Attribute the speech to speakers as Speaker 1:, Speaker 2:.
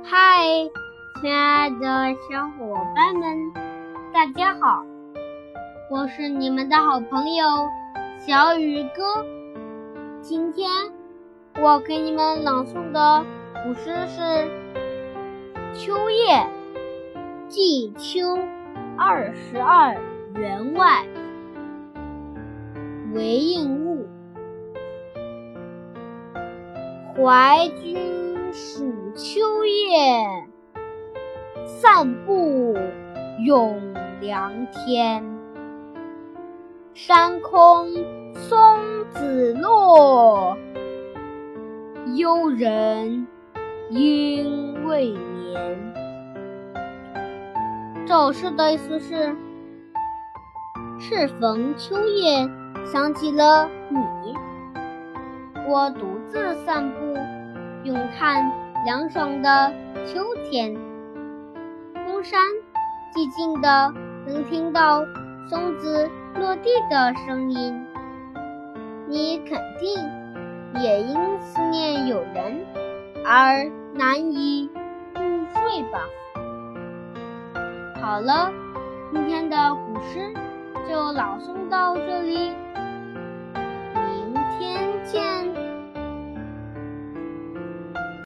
Speaker 1: 嗨，亲爱的小伙伴们，大家好，我是你们的好朋友小雨哥。今天我给你们朗诵的古诗是《秋夜寄秋22员外》，韦应物。怀君属秋夜，散步咏凉天。山空松子落，幽人应未眠。这首诗的意思是，适逢秋夜，想起了你。我独自散步，咏叹凉爽的秋天。空山寂静的，能听到松子落地的声音。你肯定也因思念友人而难以入睡吧？好了，今天的古诗就朗诵到这里。